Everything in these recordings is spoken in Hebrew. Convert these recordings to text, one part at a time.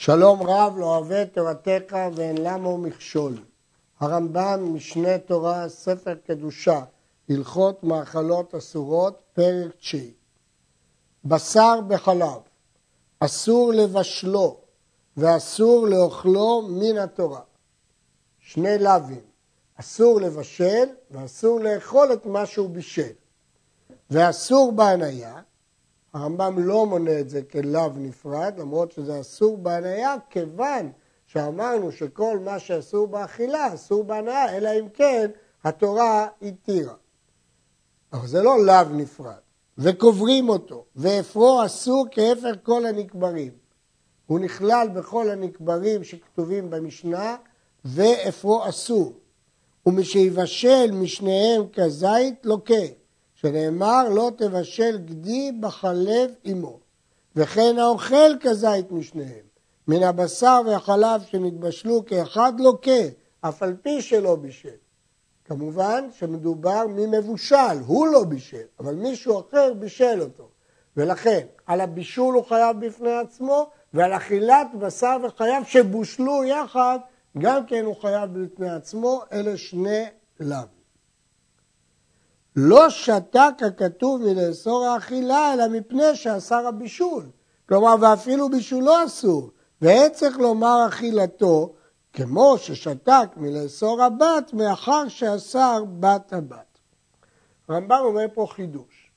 שלום רב לא אוהב תורתך ואין למו מכשול. הרמב"ם משנה תורה ספר קדושה הלכות מאכלות אסורות פרק 9. בשר בחלב אסור לבשלו ואסור לאוכלו מן התורה. שני לווים, אסור לבשל ואסור לאכול את מה שהוא בישל. ואסור בהניה, הרמב"ם לא מונה את זה כלאו נפרד, למרות שזה אסור בהניה, כיוון שאמרנו שכל מה שאסור באכילה אסור בהניה, אלא אם כן התורה התירה. אבל זה לא לאו נפרד, וקוברים אותו, ואפרו אסור כאפר כל הנקברים. הוא נכלל בכל הנקברים שכתובים במשנה, ואפרו אסור. ומשיבשל משניהם כזית לוקה. שנאמר לא תבשל גדי בחלב עמו, וכן האוכל כזית משניהם, מן הבשר והחלב שנתבשלו כאחד לוקה, אף על פי שלא בישל. כמובן שמדובר ממבושל, הוא לא בישל, אבל מישהו אחר בישל אותו. ולכן על הבישול הוא חייב בפני עצמו, ועל אכילת בשר וחייב שבושלו יחד, גם כן הוא חייב בפני עצמו, אלה שני לאו. לא שתק הכתוב מלאסור האכילה, אלא מפני שאסר הבישול. כלומר, ואפילו בישולו אסור. וצריך לומר אכילתו, כמו ששתק מלאסור הבת, מאחר שאסר בת הבת. הרמב"ם אומר פה חידוש.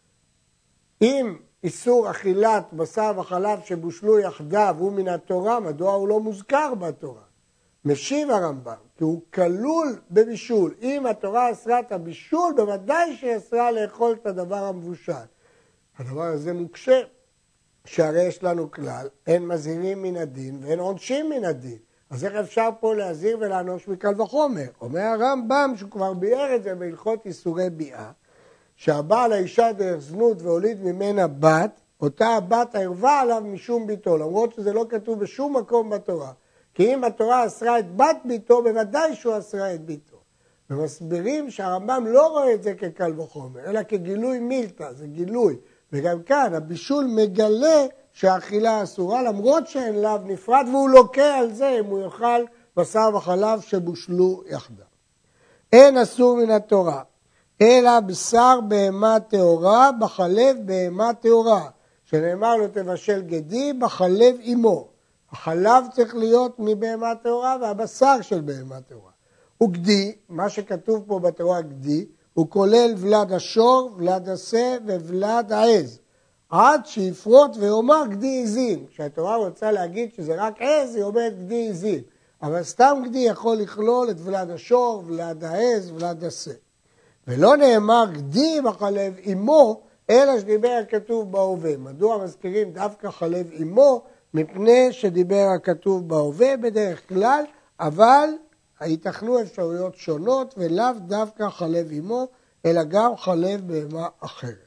אם איסור אכילת בשר וחלב שבושלו יחדיו הוא מן התורה, מדוע הוא לא מוזכר בתורה? משיב הרמב"ם, כי הוא כלול בבישול. אם התורה אסרה את הבישול, בוודאי שהיא אסרה לאכול את הדבר המבושל. הדבר הזה מוקשה, שהרי יש לנו כלל, אין מזהירים מן הדין ואין עונשים מן הדין. אז איך אפשר פה להזהיר ולענוש מקל וחומר? אומר הרמב"ם, שהוא כבר ביאר את זה בהלכות איסורי ביאה, שהבעל האישה דרך זנות והוליד ממנה בת, אותה הבת ערבה עליו משום ביתו, למרות שזה לא כתוב בשום מקום בתורה. כי אם התורה אסרה את בת ביתו, בוודאי שהוא אסרה את ביתו. ומסבירים שהרמב"ם לא רואה את זה כקל וחומר, אלא כגילוי מילתא, זה גילוי. וגם כאן הבישול מגלה שהאכילה אסורה, למרות שאין לאו נפרד, והוא לוקה על זה אם הוא יאכל בשר וחלב שבושלו יחדיו. אין אסור מן התורה, אלא בשר בהמה טהורה, בחלב בהמה טהורה, שנאמר לו תבשל גדי, בחלב עמו. החלב צריך להיות מבהמה טהורה והבשר של בהמה טהורה. וגדי, מה שכתוב פה בתורה גדי, הוא כולל ולד השור, ולד השה וולד העז. עד שיפרוט ויאמר גדי עזים. כשהתורה רוצה להגיד שזה רק עז, היא אומרת גדי עזים. אבל סתם גדי יכול לכלול את ולד השור, ולד העז, ולד השה. ולא נאמר גדי בחלב עמו, אלא שדיבר הכתוב בהווה. מדוע מזכירים דווקא חלב עמו? מפני שדיבר הכתוב בהווה בדרך כלל, אבל ייתכנו אפשרויות שונות, ולאו דווקא חלב עמו, אלא גם חלב בהמה אחרת.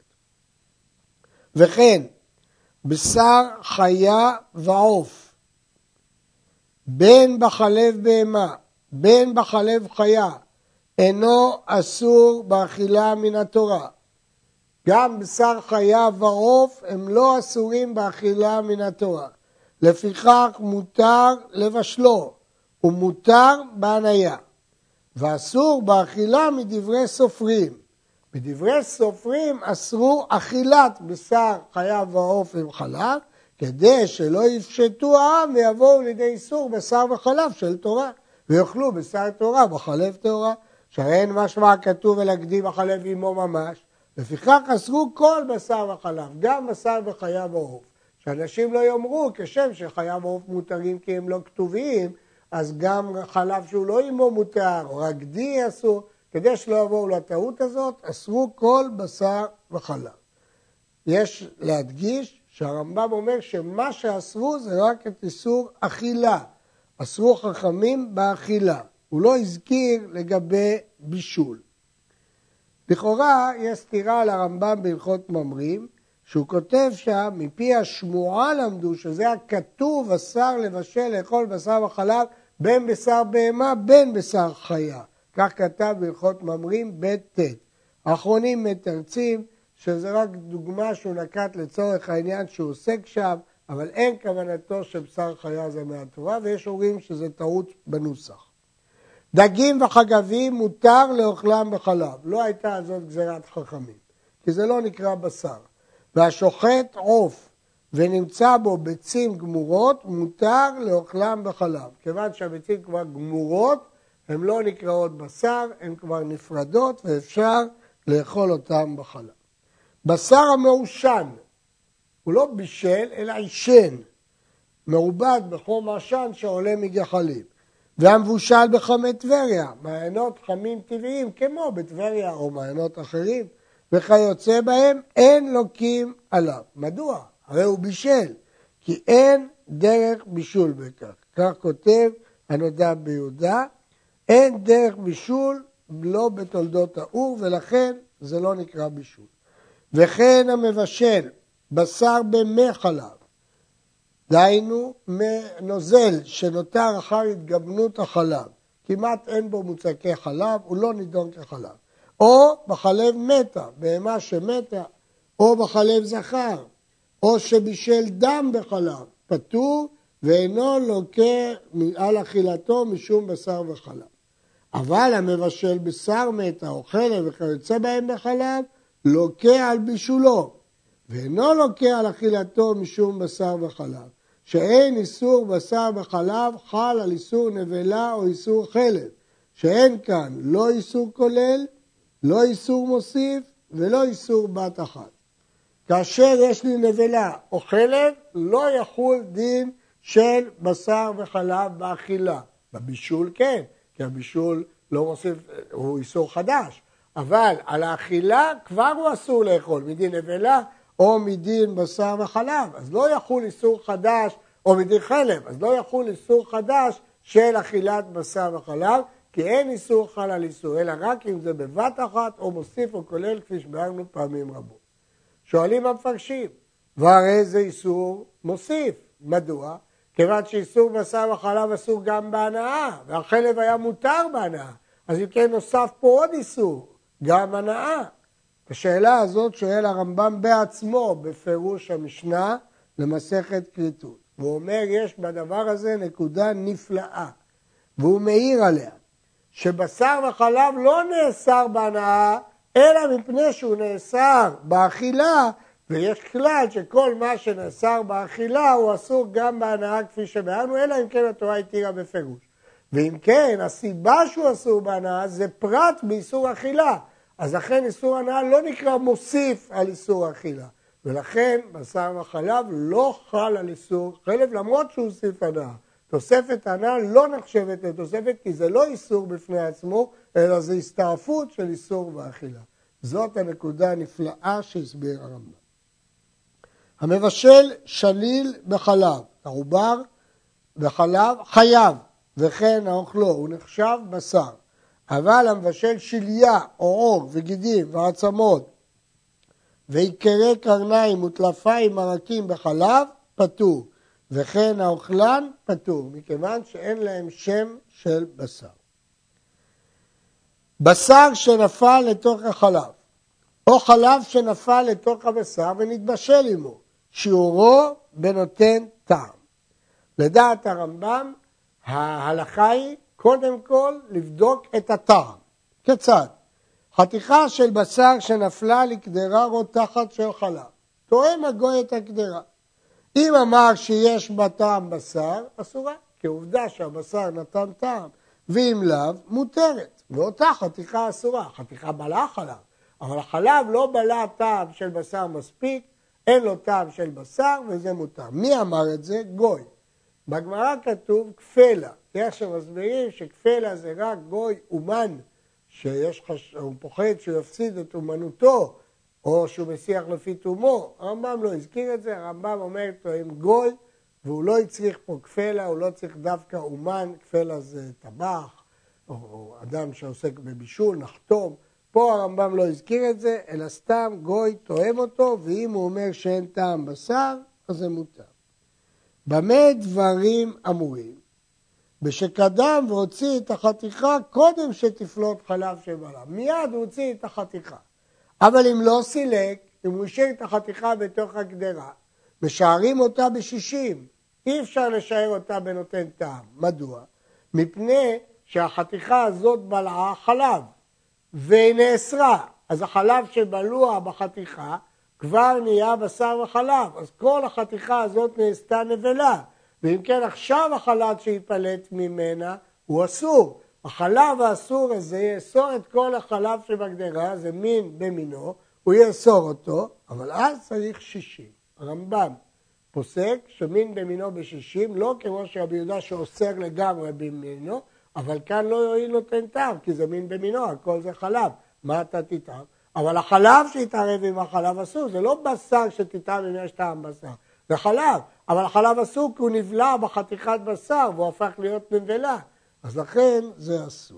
וכן, בשר חיה ועוף, בין בחלב בהמה, בין בחלב חיה, אינו אסור באכילה מן התורה. גם בשר חיה ועוף הם לא אסורים באכילה מן התורה. לפיכך מותר לבשלו, ומותר בהניה. ואסור באכילה מדברי סופרים. בדברי סופרים אסרו אכילת בשר חיה ועוף עם חלב, כדי שלא יפשטו העם ויבואו לידי איסור בשר וחלב של תורה, ויאכלו בשר תורה בחלב תורה. שהרי אין משמע כתוב אלא גדי בחלב עמו ממש, לפיכך אסרו כל בשר וחלב, גם בשר וחיה ועוף. שאנשים לא יאמרו, כשם שחיה ועוף מותרים כי הם לא כתובים, אז גם חלב שהוא לא עמו מותר, או רק גדי אסור, כדי שלא יבואו לטעות הזאת, אסרו כל בשר וחלב. יש להדגיש שהרמב"ם אומר שמה שאסרו זה רק את איסור אכילה. אסרו חכמים באכילה. הוא לא הזכיר לגבי בישול. לכאורה יש סתירה לרמב"ם בהלכות ממרים, שהוא כותב שם, מפי השמועה למדו, שזה הכתוב אסר לבשל לאכול בשר וחלב, בין בשר בהמה, בין בשר חיה. כך כתב בהלכות ממרים ב' ט'. האחרונים מתרצים שזה רק דוגמה שהוא נקט לצורך העניין שהוא עוסק שם, אבל אין כוונתו שבשר חיה זה מהתורה, ויש אומרים שזה טעות בנוסח. דגים וחגבים מותר לאוכלם בחלב. לא הייתה זאת גזירת חכמים, כי זה לא נקרא בשר. והשוחט עוף ונמצא בו ביצים גמורות, מותר לאוכלם בחלב. כיוון שהביצים כבר גמורות, הן לא נקראות בשר, הן כבר נפרדות ואפשר לאכול אותן בחלב. בשר המעושן, הוא לא בישל אלא עישן, מעובד בחום עשן שעולה מגחלים. והמבושל בחמי טבריה, מעיינות חמים טבעיים כמו בטבריה או מעיינות אחרים, וכיוצא בהם אין לוקים עליו. מדוע? הרי הוא בישל, כי אין דרך בישול בכך. כך כותב הנודע ביהודה, אין דרך בישול לא בתולדות האור, ולכן זה לא נקרא בישול. וכן המבשל בשר במי חלב, דהיינו נוזל שנותר אחר התגבנות החלב, כמעט אין בו מוצקי חלב, הוא לא נידון כחלב. או בחלב מתה, בהמה שמתה, או בחלב זכר, או שבישל דם בחלב, פטור ואינו לוקה על אכילתו משום בשר וחלב. אבל המבשל בשר מתה או חלב וכיוצא בהם בחלב, לוקה על בישולו, ואינו לוקה על אכילתו משום בשר וחלב. שאין איסור בשר וחלב חל על איסור נבלה או איסור חלב, שאין כאן לא איסור כולל, לא איסור מוסיף ולא איסור בת אחת. כאשר יש לי נבלה או חלב, לא יחול דין של בשר וחלב באכילה. בבישול כן, כי הבישול לא מוסיף, הוא איסור חדש, אבל על האכילה כבר הוא אסור לאכול, מדין נבלה או מדין בשר וחלב, אז לא יחול איסור חדש, או מדין חלב, אז לא יחול איסור חדש של אכילת בשר וחלב, כי אין איסור חל על איסור, אלא רק אם זה בבת אחת או מוסיף או כולל, כפי שביארנו פעמים רבות. שואלים המפרשים, והרי זה איסור מוסיף, מדוע? כיוון שאיסור בשר וחלב אסור גם בהנאה, והחלב היה מותר בהנאה, אז אם כן נוסף פה עוד איסור, גם הנאה. השאלה הזאת שואל הרמב"ם בעצמו בפירוש המשנה למסכת כריתות. והוא אומר יש בדבר הזה נקודה נפלאה, והוא מעיר עליה, שבשר וחלב לא נאסר בהנאה, אלא מפני שהוא נאסר באכילה, ויש כלל שכל מה שנאסר באכילה הוא אסור גם בהנאה כפי שבאנו, אלא אם כן התורה התירה בפירוש. ואם כן, הסיבה שהוא אסור בהנאה זה פרט באיסור אכילה, אז לכן איסור הנאה לא נקרא מוסיף על איסור אכילה, ולכן בשר וחלב לא חל על איסור חלב למרות שהוא הוסיף הנאה. תוספת הנאה לא נחשבת לתוספת כי זה לא איסור בפני עצמו, אלא זה הסתעפות של איסור ואכילה. זאת הנקודה הנפלאה שהסביר הרמב"ם. המבשל שליל בחלב, העובר בחלב חייב, וכן האוכלו, הוא נחשב בשר. אבל המבשל שליה או עור וגידים ועצמות ועיקרי קרניים וטלפיים מרקים בחלב, פטור. וכן האוכלן פטור, מכיוון שאין להם שם של בשר. בשר שנפל לתוך החלב, או חלב שנפל לתוך הבשר ונתבשל עמו, שיעורו בנותן טעם. לדעת הרמב"ם, ההלכה היא קודם כל לבדוק את הטעם. כיצד? חתיכה של בשר שנפלה לקדרה רותחת של חלב, תואם הגוי את הקדרה. אם אמר שיש בה טעם בשר, אסורה, כי עובדה שהבשר נתן טעם, ואם לאו, מותרת. ואותה חתיכה אסורה, חתיכה בלעה חלב, אבל החלב לא בלע טעם של בשר מספיק, אין לו טעם של בשר וזה מותר. מי אמר את זה? גוי. בגמרא כתוב כפלה, איך שמסבירים שכפלה זה רק גוי אומן, שהוא פוחד שהוא יפסיד את אומנותו, או שהוא מסיח לפי תומו. הרמב"ם לא הזכיר את זה, הרמב"ם אומר אותו עם גוי, והוא לא צריך פה כפלה, הוא לא צריך דווקא אומן, כפלה זה טבח, או אדם שעוסק בבישול, נחתום. פה הרמב"ם לא הזכיר את זה, אלא סתם גוי תואם אותו, ואם הוא אומר שאין טעם בשר, אז זה מותר. במה דברים אמורים? בשקדם והוציא את החתיכה קודם שתפלוט חלב שבעלה. מיד הוא הוציא את החתיכה. אבל אם לא סילק, אם הוא השאיר את החתיכה בתוך הגדרה, משערים אותה ב60. אי אפשר לשער אותה בנותן טעם. מדוע? מפני שהחתיכה הזאת בלעה חלב והיא נאסרה. אז החלב שבלוע בחתיכה כבר נהיה בשר וחלב. אז כל החתיכה הזאת נעשתה נבלה. ואם כן עכשיו החלב שיפלט ממנה הוא אסור. החלב האסור הזה יאסור את כל החלב שבגדרה, זה מין במינו, הוא יאסור אותו, אבל אז צריך 60. הרמב"ם פוסק שמין במינו ב60, לא כמו שרבי יהודה שאוסר לגמרי במינו, אבל כאן לא יועיל נותן טעם, כי זה מין במינו, הכל זה חלב. מה אתה תטעם? אבל החלב שיתערב עם החלב אסור, זה לא בשר שתטעם אם יש טעם בשר, זה חלב. אבל החלב אסור כי הוא נבלע בחתיכת בשר והוא הפך להיות נבלה. אז לכן זה אסור.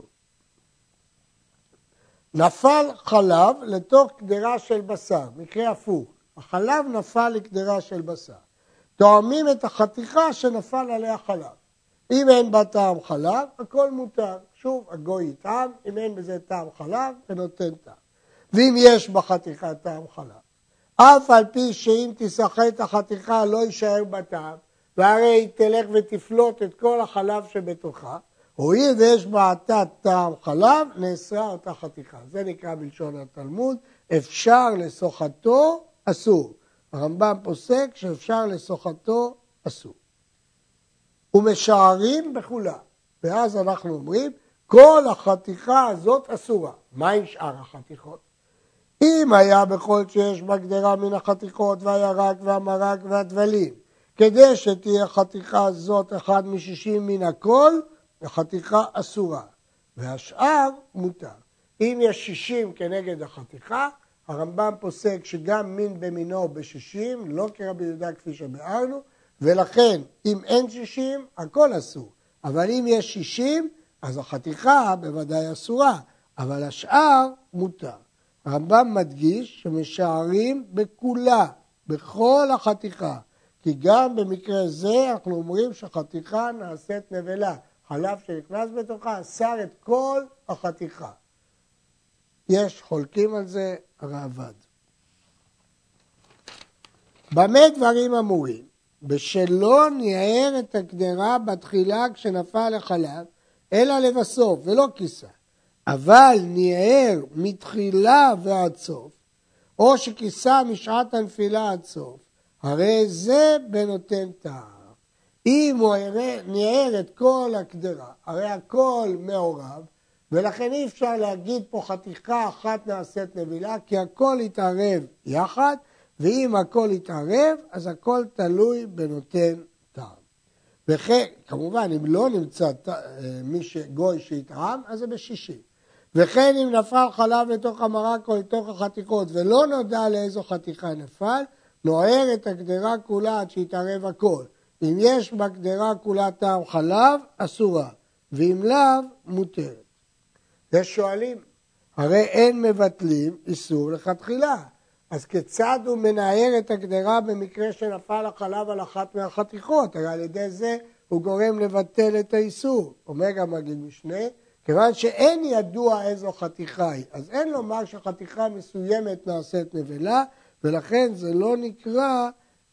נפל חלב לתוך קדרה של בשר, מקרה הפוך. החלב נפל לקדרה של בשר. תואמים את החתיכה שנפל עליה חלב. אם אין בה טעם חלב, הכל מותר. שוב, הגוי יטעם, אם אין בזה טעם חלב, ונותן טעם. ואם יש בחתיכה טעם חלב, אף על פי שאם תשחה את החתיכה לא יישאר בטעם, והרי היא תלך ותפלוט את כל החלב שבתוכה, הואיל ויש בעתה טעם חלב, נאסרה אותה חתיכה. זה נקרא בלשון התלמוד, אפשר לשוחתו אסור. הרמב"ם פוסק שאפשר לשוחתו אסור. ומשערים בכולה. ואז אנחנו אומרים, כל החתיכה הזאת אסורה. מה עם שאר החתיכות? אם היה בכל שיש בגדרה מן החתיכות והירק והמרק והדבלים, כדי שתהיה חתיכה הזאת 1 מ-60 מן הכל, החתיכה אסורה, והשאר מותר. אם יש 60 כנגד החתיכה, הרמב"ם פוסק שגם מין במינו ב-60, לא כרבי יהודה כפי שביארנו, ולכן אם אין 60, הכל אסור. אבל אם יש 60, אז החתיכה בוודאי אסורה, אבל השאר מותר. הרמב"ם מדגיש שמשערים בכולה, בכל החתיכה, כי גם במקרה זה אנחנו אומרים שחתיכה נעשית נבלה. חלב שנכנס בתוכה אסר את כל החתיכה. יש חולקים על זה הרעב"ד. במה דברים אמורים? בשלא ניער את הקדרה בתחילה כשנפל לחלב, אלא לבסוף ולא כיסה. אבל ניער מתחילה ועד סוף, או שכיסה משעת הנפילה עד סוף, הרי זה בנותן טעם. אם הוא ניער את כל הקדרה, הרי הכל מעורב, ולכן אי אפשר להגיד פה חתיכה אחת נעשית נבילה, כי הכל יתערב יחד, ואם הכל יתערב, אז הכל תלוי בנותן טעם. וכן, כמובן, אם לא נמצא גוי שיטעם, אז זה ב60. וכן אם נפל חלב לתוך המרק או לתוך החתיכות, ולא נודע לאיזו חתיכה נפל, נוער את הקדרה כולה עד שיתערב הכל. אם יש בקדרה כולה טעם חלב, אסורה, ואם לאו, מותרת. יש שואלים, הרי אין מבטלים איסור לכתחילה. אז כיצד הוא מנער את הקדרה במקרה שנפל החלב על אחת מהחתיכות? הרי על ידי זה הוא גורם לבטל את האיסור. אומר גם מגיד משנה, כיוון שאין ידוע איזו חתיכה היא, אז אין לומר שחתיכה מסוימת נעשית נבלה, ולכן זה לא נקרא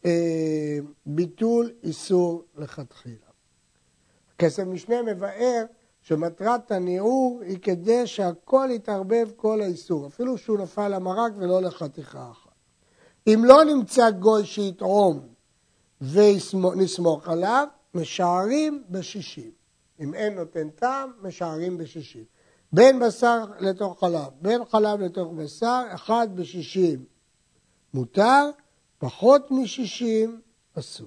ביטול איסור לכתחילה. כסף משנה מבאר שמטרת הניעור היא כדי שהכל יתערבב כל האיסור, אפילו שהוא נפל למרק ולא לחתיכה אחת. אם לא נמצא גוי שיתרום ונסמוך עליו, משערים ב60. אם אין נותן טעם, משערים ב60. בין בשר לתוך חלב, בין חלב לתוך בשר, 1 ב60 מותר, פחות מ60 אסור.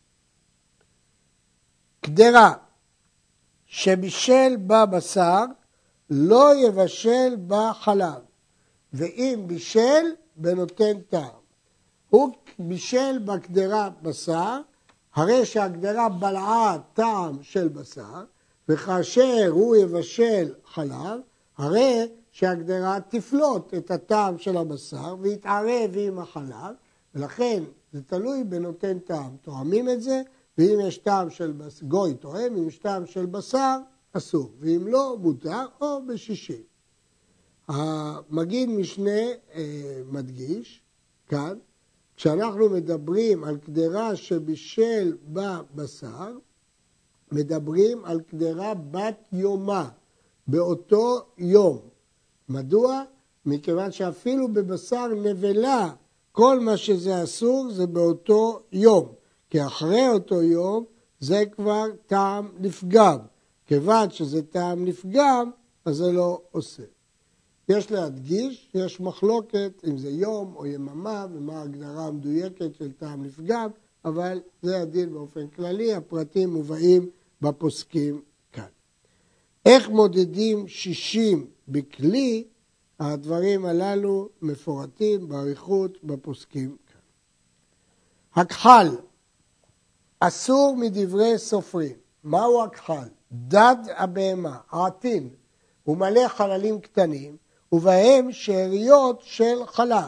קדרה שבישל בה בשר, לא יבשל בה חלב, ואם בישל, בנותן טעם. הוא בישל בקדרה בשר, הרי שהקדרה בלעה טעם של בשר, וכאשר הוא יבשל חלב, הרי שהקדרה תפלוט את הטעם של הבשר, ויתערב עם החלב, ולכן זה תלוי בנותן טעם. תואמים את זה, ואם יש טעם של גוי תואם, אם יש טעם של בשר, אסור, ואם לא, מותר או ב60. המגיד משנה מדגיש, כאן, כשאנחנו מדברים על קדרה שבישל בבשר, מדברים על קדרה בת יומה, באותו יום. מדוע? מכיוון שאפילו בבשר נבלה, כל מה שזה אסור זה באותו יום. כי אחרי אותו יום זה כבר טעם לפגם. כיוון שזה טעם לפגם, אז זה לא עושה. יש להדגיש, יש מחלוקת אם זה יום או יממה ומה ההגדרה המדויקת של טעם לפגם, אבל זה הדין באופן כללי, הפרטים מובאים בפוסקים כאן. איך מודדים 60 בכלי? הדברים הללו מפורטים באריכות בפוסקים כאן. הכחל, אסור מדברי סופרים. מהו הכחל? דד הבהמה, העטין, הוא מלא חללים קטנים, ובהם שאריות של חלב.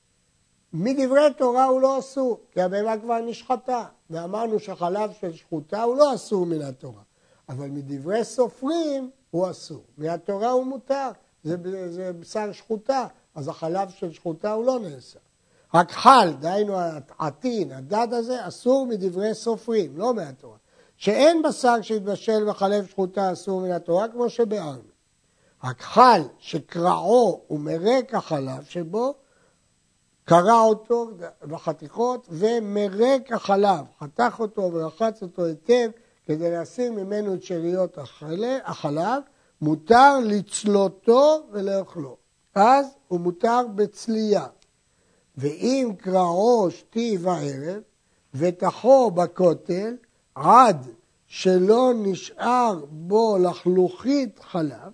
מדברי תורה הוא לא אסור, כי הבהמה כבר נשחטה, ואמרנו שחלב של שחוטה הוא לא אסור מן התורה. אבל מדברי סופרים הוא אסור. מהתורה הוא מותר, זה בשר שחוטה, אז החלב של שחוטה הוא לא נאסר. הכחל, דהיינו העטין, הדד הזה, אסור מדברי סופרים, לא מהתורה. שאין בשר שהתבשל בחלב שחוטה אסור מן התורה, כמו שבארנו. הכחל שקרעו ומרק החלב שבו, קרע אותו בחתיכות ומרק החלב, חתך אותו ורחץ אותו היטב כדי להסיר ממנו את שאריות החלב, מותר לצלותו ולאכלו. אז הוא מותר בצלייה. ואם קרעו שתי וערב ותחו בכותל עד שלא נשאר בו לחלוכית חלב,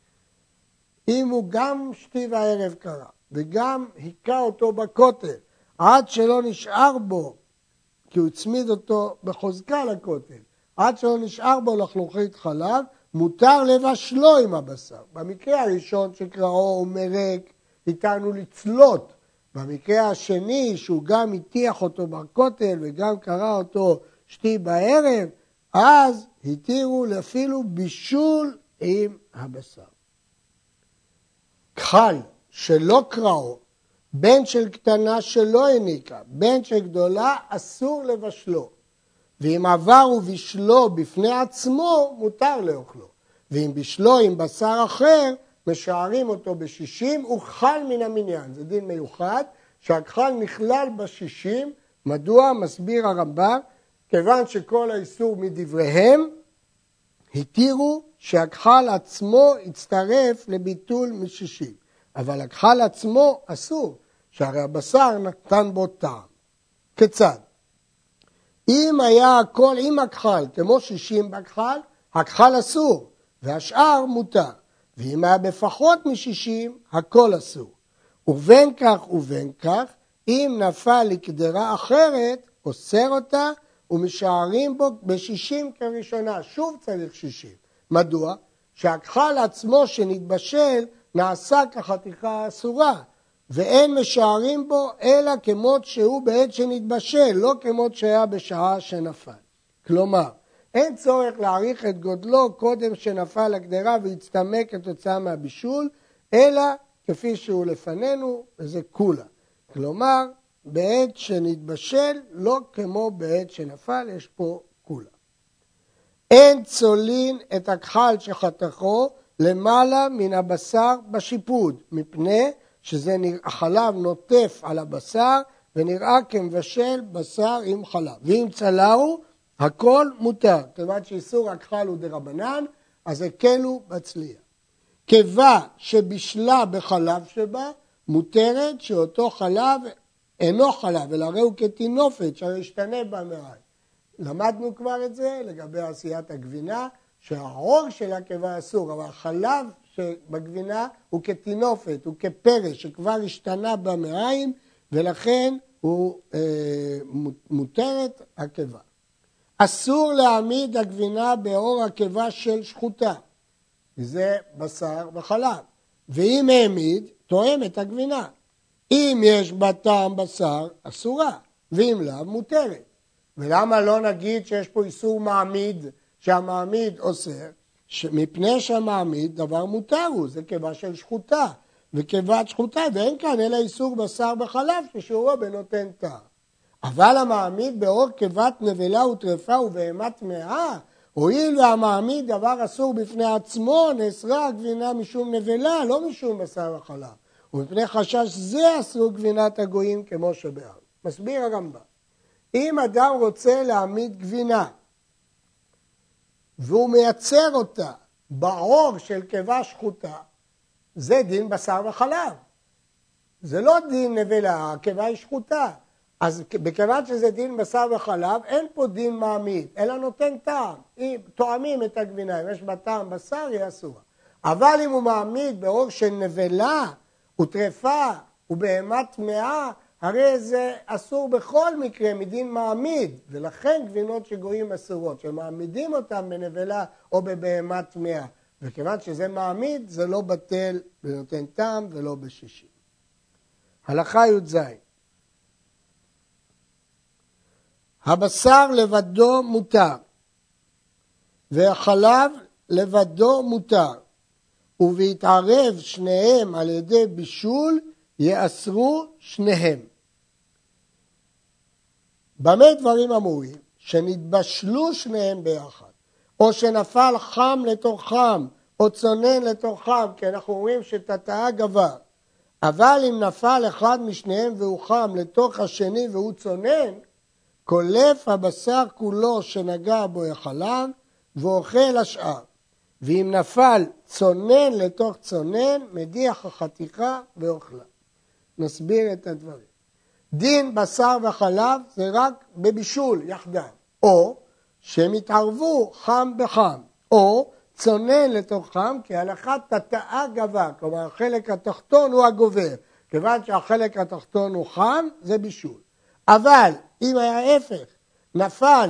אם הוא גם שתי וערב קרע וגם היכה אותו בכותל עד שלא נשאר בו, כי הוא הצמיד אותו בחוזקה לכותל, עד שלא נשאר בו לחלוכית חלב, מותר לבשלו עם הבשר. במקרה הראשון שקראו הוא מרק, התרנו לצלות. במקרה השני שהוא גם הטיח אותו בכותל וגם קרא אותו שתי בערב, אז התירו אפילו בישול עם הבשר. כחל שלא קראו, בין של קטנה שלא הניקה, בין של גדולה אסור לבשלו. ואם עבר ובישלו בפני עצמו, מותר לאוכלו. ואם בישלו עם בשר אחר, משערים אותו ב60, הוא חל מן המניין. זה דין מיוחד, שהכחל נכלל ב60, מדוע? מסביר הרמב"ם, כיוון שכל האיסור מדבריהם, התירו שהכחל עצמו יצטרף לביטול מ60. אבל הכחל עצמו אסור, שהרי הבשר נתן בו טעם. כיצד? אם היה הכל עם הכחל, כמו 60 בכחל, הכחל אסור, והשאר מותר. ואם היה בפחות מ60, הכל אסור. ובין כך, אם נפל לקדרה אחרת, אוסר אותה, ומשערים בו ב60 כראשונה. שוב צריך 60. מדוע? שהכחל עצמו שנתבשל נעשה כחתיכה אסורה, ואין משערים בו אלא כמות שהוא בעת שנתבשל, לא כמות שהיה בשעה שנפל. כלומר, אין צורך להעריך את גודלו קודם שנפל לקדרה והצטמק כתוצאה מהבישול, אלא כפי שהוא לפנינו, וזה כולה. כלומר, בעת שנתבשל, לא כמו בעת שנפל, יש פה כולה. אין צולין את הכחל שחתכו למעלה מן הבשר בשיפוד, מפני החלב נוטף על הבשר ונראה כמבשל בשר עם חלב. ואם צלעו, הכל מותר. כיוון שאיסור הכחל הוא דרבנן, אז הקלו בצלייה. קיבה שבישלה בחלב שבה, מותרת שאותו חלב אינו חלב, אלא הרי הוא כתינופת, שהרי ישתנה במראה. למדנו כבר את זה לגבי עשיית הגבינה, שהעור של הקיבה אסור, אבל החלב שבגבינה הוא כתינופת, הוא כפרש, שכבר השתנה במראים, ולכן הוא מותרת הקיבה. אסור להעמיד הגבינה באור הקיבה של שחוטה, זה בשר וחלב. ואם העמיד, תואם את הגבינה. אם יש בה טעם בשר, אסורה, ואם לאו, מותרת. ולמה לא נגיד שיש פה איסור מעמיד, שהמעמיד אוסר? מפני שהמעמיד דבר מותר הוא, זה קיבה של שחוטה, וקיבת שחוטה, ואין כאן אלא איסור בשר וחלב, ששיעורו בנותן טעם. אבל המעמיד באור כבת נבלה וטרפה ובהמה טמאה, הואיל והמעמיד דבר אסור בפני עצמו, נאסרה הגבינה משום נבלה, לא משום בשר וחלב. ומפני חשש זה אסרו גבינת הגויים כמו שבאר. מסביר הרמב"ם. אם אדם רוצה להעמיד גבינה, והוא מייצר אותה בעור של קיבה שחוטה, זה דין בשר וחלב. זה לא דין נבלה, הקיבה היא שחוטה. אז בכיוון שזה דין בשר וחלב, אין פה דין מעמיד, אלא נותן טעם. אם תואמים את הגבינה, אם יש בה טעם בשר, היא אסורה. אבל אם הוא מעמיד באור של נבלה וטרפה ובהמה טמאה, הרי זה אסור בכל מקרה מדין מעמיד, ולכן גבינות שגויים אסורות, שמעמידים אותם בנבלה או בבהמה טמאה. וכיוון שזה מעמיד, זה לא בטל ונותן טעם ולא בשישים. הלכה י"ז. הבשר לבדו מותר, והחלב לבדו מותר, ובהתערב שניהם על ידי בישול, יאסרו שניהם. במה דברים אמורים? שנתבשלו שניהם ביחד, או שנפל חם לתוך חם, או צונן לתוך חם, כי אנחנו אומרים שתתאה גבר. אבל אם נפל אחד משניהם והוא חם לתוך השני והוא צונן, קולף הבשר כולו שנגע בו החלב, ואוכל השאר. ואם נפל צונן לתוך צונן, מדיח החתיכה ואוכלה. נסביר את הדברים. דין בשר וחלב זה רק בבישול יחדיו, או שהם יתערבו חם בחם, או צונן לתוך חם, כי הלכה תתאה גבר, כלומר החלק התחתון הוא הגובר, כיוון שהחלק התחתון הוא חם, זה בישול. אבל אם היה ההפך, נפל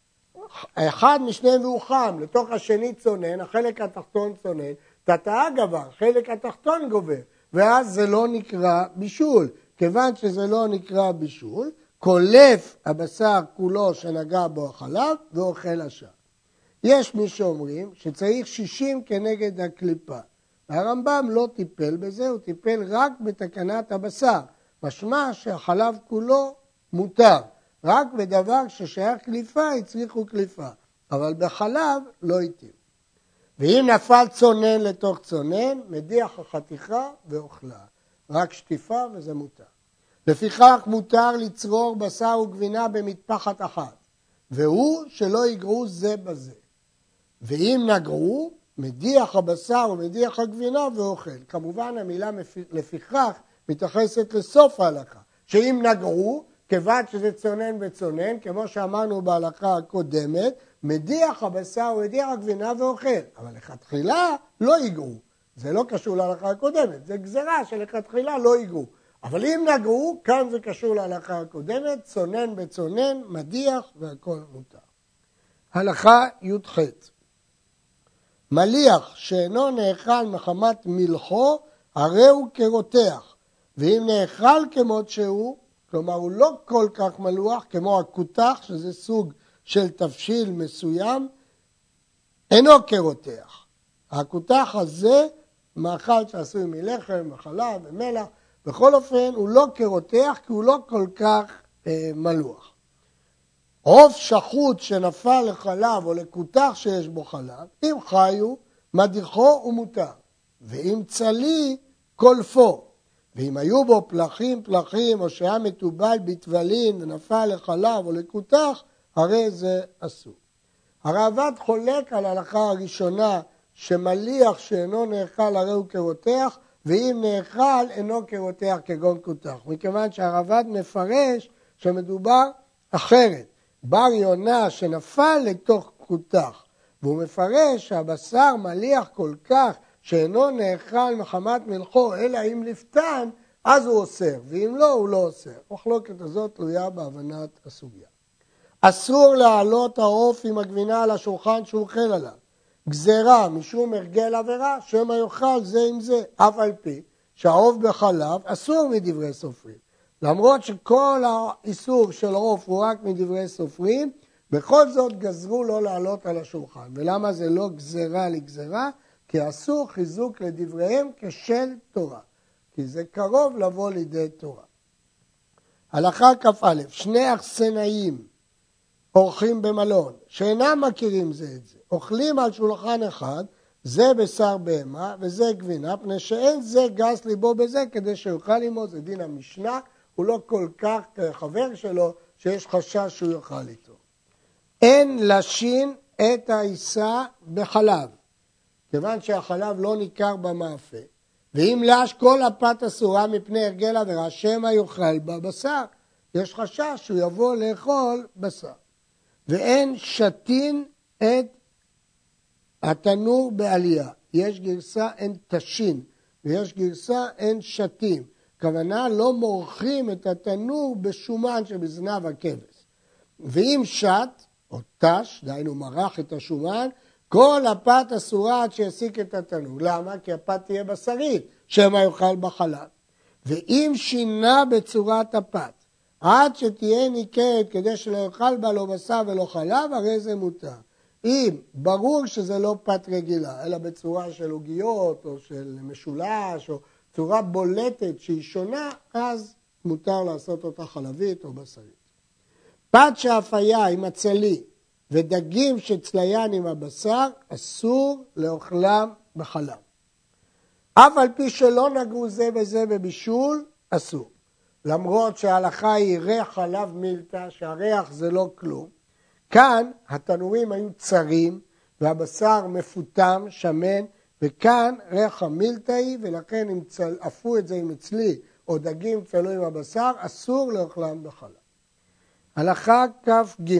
אחד משניהם והוא חם, לתוך השני צונן, החלק התחתון צונן, תתאה גבר, החלק התחתון גובר, ואז זה לא נקרא בישול. כיוון שזה לא נקרא בישול, קולף הבשר כולו שנגע בו החלב ואוכל השאר. יש מי שאומרים שצריך 60 כנגד הקליפה. הרמב"ם לא טיפל בזה, הוא טיפל רק בתקנת הבשר. משמע שהחלב כולו מותר. רק בדבר ששייך קליפה הצריכו קליפה. אבל בחלב לא התיר. ואם נפל צונן לתוך צונן, מדיח החתיכה ואוכלה. רק שטיפה וזה מותר. לפיכך מותר לצרור בשר וגבינה במטפחת אחת. והוא שלא יגעו זה בזה. ואם נגעו, מדיח הבשר ומדיח הגבינה ואוכל. כמובן המילה לפיכך מתייחסת לסוף ההלכה. שאם נגעו, כיוון שזה צונן וצונן, כמו שאמרנו בהלכה הקודמת, מדיח הבשר ומדיח הגבינה ואוכל. אבל לכתחילה לא ייגעו. זה לא קשור להלכה הקודמת, זה גזרה שלכתחילה לא ייגעו. אבל אם נגעו, כאן זה קשור להלכה הקודמת, צונן בצונן, מדיח והכל מותר. הלכה י"ח. מליח שאינו נאכל מחמת מלחו, הרי הוא כרותח. ואם נאכל כמות שהוא, כלומר הוא לא כל כך מלוח, כמו הכותח, שזה סוג של תבשיל מסוים, אינו כרותח. הכותח הזה, מאכל שעשוי מלחם, מחלב ומלח, בכל אופן הוא לא כרותח, כי הוא לא כל כך מלוח. עוף שחוט שנפל לחלב או לכותח שיש בו חלב, אם חיו, מדיחו ומותר. ואם צלי, קולפו. ואם היו בו פלחים, או שהיה מטובל בטבלין ונפל לחלב או לכותח, הרי זה אסור. הראב"ד חולק על ההלכה הראשונה, שמליח שאינו נאכל הרי הוא כרותח, ואם נאכל אינו כרותח כגון כותח. מכיוון שהראב"ד מפרש שמדובר אחרת. בר יונה שנפל לתוך כותח, והוא מפרש שהבשר מליח כל כך שאינו נאכל מחמת מלחו, אלא אם לפתן, אז הוא אוסר, ואם לא, הוא לא אוסר. המחלוקת הזאת תלויה בהבנת הסוגיה. אסור להעלות העוף עם הגבינה על השולחן שאוכל עליו. גזרה משום הרגל עבירה, שמא יאכל זה עם זה, אף על פי שהעוף בחלב אסור מדברי סופרים. למרות שכל האיסור של עוף הוא רק מדברי סופרים, בכל זאת גזרו לא לעלות על השולחן. ולמה זה לא גזרה לגזרה? כי אסור חיזוק לדבריהם כשל תורה. כי זה קרוב לבוא לידי תורה. הלכה כ"א, שני אכסנאים אורחים במלון, שאינם מכירים זה את זה, אוכלים על שולחן אחד, זה בשר בהמה וזה גבינה, פני שאין זה גס ליבו בזה כדי שיוכל ללמוד, זה דין המשנה, הוא לא כל כך חבר שלו שיש חשש שהוא יאכל איתו. אין לשין את העיסה בחלב, כיוון שהחלב לא ניכר במאפה, ואם לש כל הפת אסורה מפני הרגל עבירה, שמא יאכל בבשר, יש חשש שהוא יבוא לאכול בשר. ואין שתין את התנור בעלייה, יש גרסה אין תשין, ויש גרסה אין שתין, כוונה לא מורחים את התנור בשומן שבזנב הכבש. ואם שת, או תש, דהיינו מרח את השומן, כל הפת אסורה עד שיסיק את התנור. למה? כי הפת תהיה בשרית, שמא יאכל בחלב. ואם שינה בצורת הפת, עד שתהיה ניכרת כדי שלא יאכל בה לא בשר ולא חלב, הרי זה מותר. אם ברור שזה לא פת רגילה, אלא בצורה של עוגיות או של משולש או צורה בולטת שהיא שונה, אז מותר לעשות אותה חלבית או בשרית. פת שאפיה עם הצלי ודגים שצליין עם הבשר, אסור לאוכלם בחלב. אף על פי שלא נגעו זה וזה בבישול, אסור. למרות שההלכה היא ריח חלב מילתא, שהריח זה לא כלום. כאן התנורים היו צרים והבשר מפותם, שמן, וכאן ריח המילתא היא, ולכן אם צלפו את זה עם צלי או דגים צלו עם הבשר, אסור לאוכלם בחלב. הלכה כ"ג,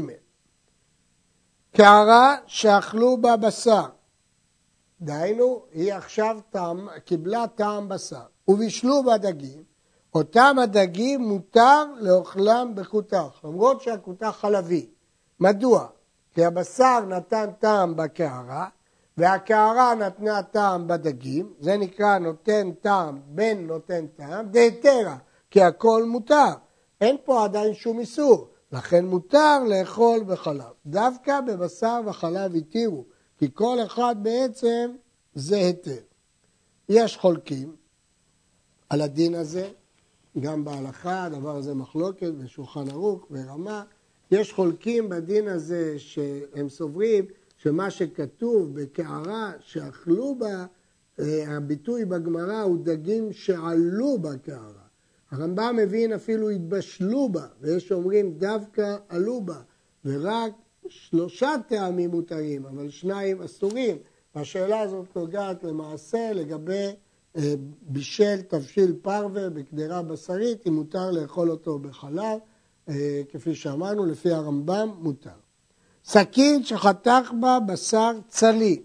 קערה שאכלו בה בשר, דהיינו היא עכשיו קיבלה טעם בשר, ובישלו בה דגים, אותם הדגים מותר לאוכלם בכותח, למרות שהכותח חלבי. מדוע? כי הבשר נתן טעם בקערה, והקערה נתנה טעם בדגים, זה נקרא נותן טעם, בן נותן טעם, דהיתרא, כי הכל מותר. אין פה עדיין שום איסור, לכן מותר לאכול בחלב. דווקא בבשר וחלב התירו, כי כל אחד בעצם זה היתר. יש חולקים על הדין הזה, גם בהלכה, הדבר הזה מחלוקת בשולחן ערוך ורמה. יש חולקים בדין הזה שהם סוברים שמה שכתוב בקערה שאכלו בה, הביטוי בגמרא הוא דגים שעלו בקערה. הרמב"ם מבין אפילו התבשלו בה, ויש אומרים דווקא עלו בה, ורק 3 טעמים מותרים, אבל 2 אסורים. והשאלה הזאת נוגעת למעשה לגבי בישל תבשיל פרווה בקדרה בשרית, אם מותר לאכול אותו בחלב, כפי שאמרנו, לפי הרמב"ם מותר. סכין שחתך בה בשר צלי,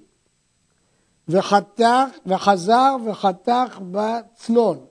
וחזר וחתך בה צנון,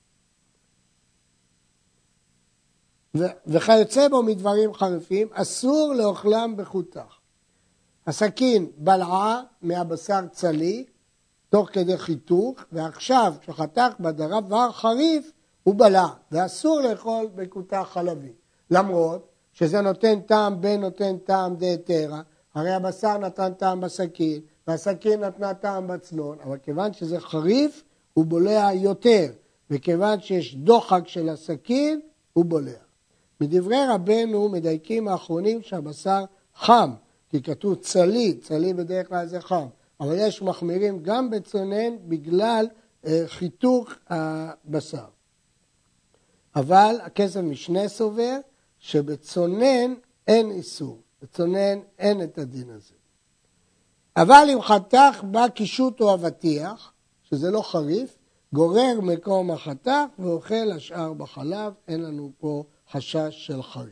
וכיוצא בו מדברים חריפים, אסור לאוכלם בחותך. הסכין בלעה מהבשר צלי, תוך כדי חיתוך, ועכשיו כשחתך בדבר חריף, הוא בלע, ואסור לאכול בכותח חלבי. למרות שזה נותן טעם בן נותן טעם דהיתרא, הרי הבשר נתן טעם בסכין, והסכין נתנה טעם בצנון, אבל כיוון שזה חריף, הוא בולע יותר, וכיוון שיש דוחק של הסכין, הוא בולע. מדברי רבנו מדייקים האחרונים שהבשר חם, כי כתוב צלי, צלי בדרך כלל זה חם, אבל יש מחמירים גם בצונן בגלל חיתוך הבשר. אבל הכסף משנה סובר שבצונן אין איסור, בצונן אין את הדין הזה. אבל אם חתך בה קישוט או אבטיח, שזה לא חריף, גורר מקום החתך ואוכל השאר בחלב, אין לנו פה חשש של חריף.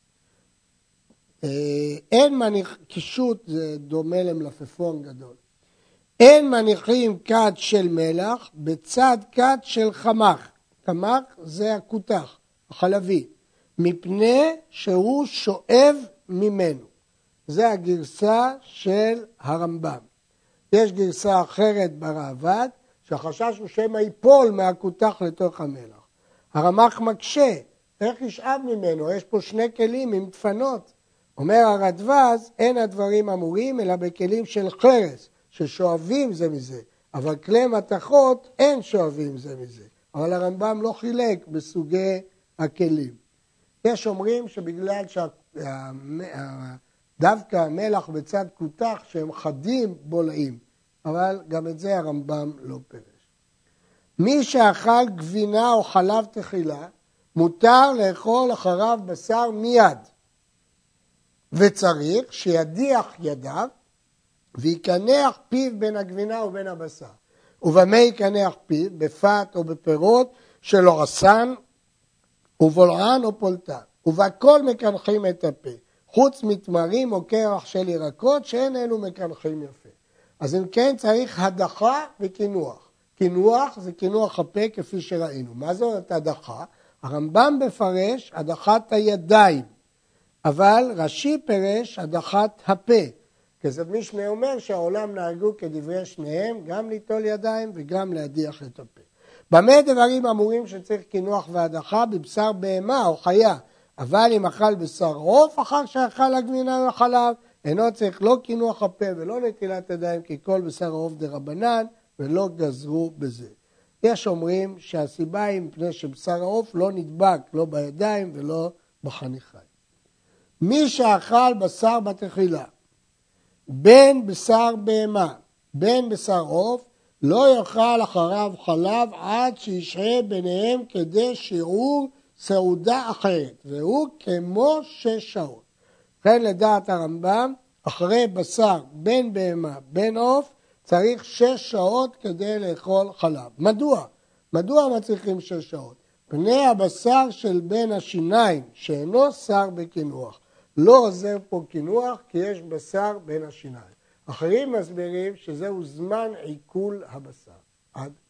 אין מניח, קישוט זה דומה למלפפון גדול. אין מניחים כד של מלח בצד כד של חמך. חמך זה הכותח, החלבי, מפני שהוא שואב ממנו. זה הגרסה של הרמב"ם. יש גרסה אחרת בראב"ד, שהחשש הוא שמא ייפול מהכותח לתוך המלח. הרמ"ח מקשה, איך ישאב ממנו? יש פה 2 כלים עם דפנות. אומר הרדב"ז, אין הדברים אמורים אלא בכלים של חרס, ששואבים זה מזה, אבל כלי מתכות אין שואבים זה מזה. אבל הרמב"ם לא חילק בסוגי הכלים. יש אומרים שבגלל דווקא המלח בצד כותח שהם חדים בולעים, אבל גם את זה הרמב"ם לא פירש. מי שאכל גבינה או חלב תחילה, מותר לאכול אחריו בשר מיד, וצריך שידיח ידיו ויקנח פיו בין הגבינה ובין הבשר. ובמה יקנח פיו? בפת או בפירות שלא עשן, ובולען או פולטן. ובכל מקנחים את הפה, חוץ מתמרים או קרח של ירקות, שאין אלו מקנחים יפה. אז אם כן צריך הדחה וקינוח. קינוח זה קינוח הפה כפי שראינו. מה זאת הדחה? הרמב"ם מפרש הדחת הידיים, אבל רש"י פירש הדחת הפה. כזאת משנה אומר שהעולם נהגו כדברי שניהם, גם ליטול ידיים וגם להדיח את הפה. במה דברים אמורים שצריך קינוח והדחה? בבשר בהמה או חיה, אבל אם אכל בשר עוף אחר שאכל הגבינה והחלב, אינו צריך לא קינוח הפה ולא נטילת ידיים, כי כל בשר העוף דרבנן, ולא גזרו בזה. יש אומרים שהסיבה היא מפני שבשר העוף לא נדבק, לא בידיים ולא בחניכיים. מי שאכל בשר בתחילה, בין בשר בהמה, בין בשר עוף, לא יאכל אחריו חלב עד שישהה ביניהם כדי שיעור סעודה אחרת, והוא כמו 6 שעות. לכן לדעת הרמב"ם, אחרי בשר בין בהמה, בין עוף, צריך 6 שעות כדי לאכול חלב. מדוע? מדוע מצריכים 6 שעות? פני הבשר של בין השיניים, שאינו שר בקינוח, לא עוזר פה קינוח כי יש בשר בין השיניים. אחרים מסבירים שזהו זמן עיכול הבשר. עד